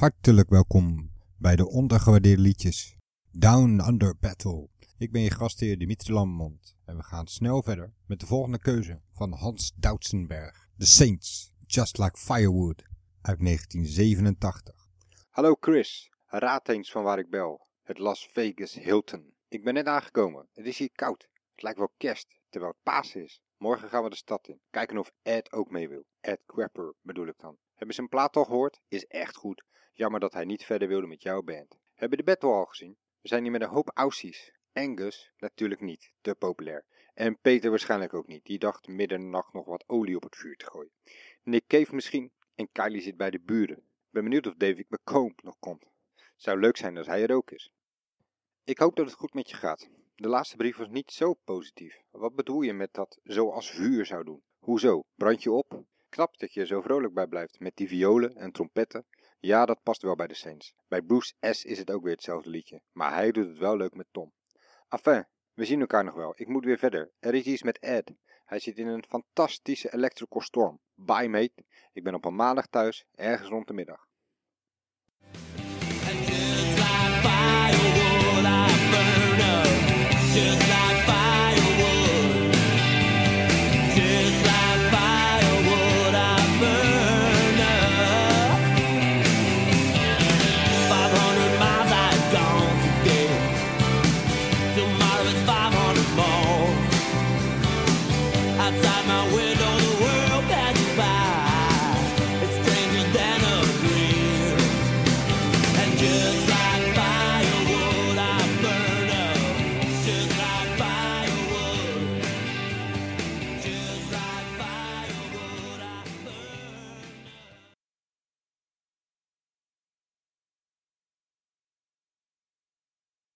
Hartelijk welkom bij de ondergewaardeerde liedjes Down Under Battle. Ik ben je gastheer Dimitri Lammond en we gaan snel verder met de volgende keuze van Hans Doutsenberg. The Saints, Just Like Firewood uit 1987. Hallo Chris, raad eens van waar ik bel. Het Las Vegas Hilton. Ik ben net aangekomen, het is hier koud. Het lijkt wel kerst, terwijl het Pasen is. Morgen gaan we de stad in, kijken of Ed ook mee wil. Ed Crapper bedoel ik dan. Hebben ze een plaat al gehoord? Is echt goed. Jammer dat hij niet verder wilde met jouw band. Hebben de battle al gezien? We zijn hier met een hoop Aussies. Angus natuurlijk niet, te populair. En Peter waarschijnlijk ook niet. Die dacht middernacht nog wat olie op het vuur te gooien. Nick Cave misschien. En Kylie zit bij de buren. Ben benieuwd of David McComb nog komt. Zou leuk zijn als hij er ook is. Ik hoop dat het goed met je gaat. De laatste brief was niet zo positief. Wat bedoel je met dat zoals vuur zou doen? Hoezo? Brand je op? Knap dat je er zo vrolijk bij blijft met die violen en trompetten. Ja, dat past wel bij de Saints. Bij Bruce S. is het ook weer hetzelfde liedje. Maar hij doet het wel leuk met Tom. Enfin, we zien elkaar nog wel. Ik moet weer verder. Er is iets met Ed. Hij zit in een fantastische Electrical Storm. Bye mate. Ik ben op een maandag thuis, ergens rond de middag. Outside my window, the world passes by. It's stranger than a dream. And just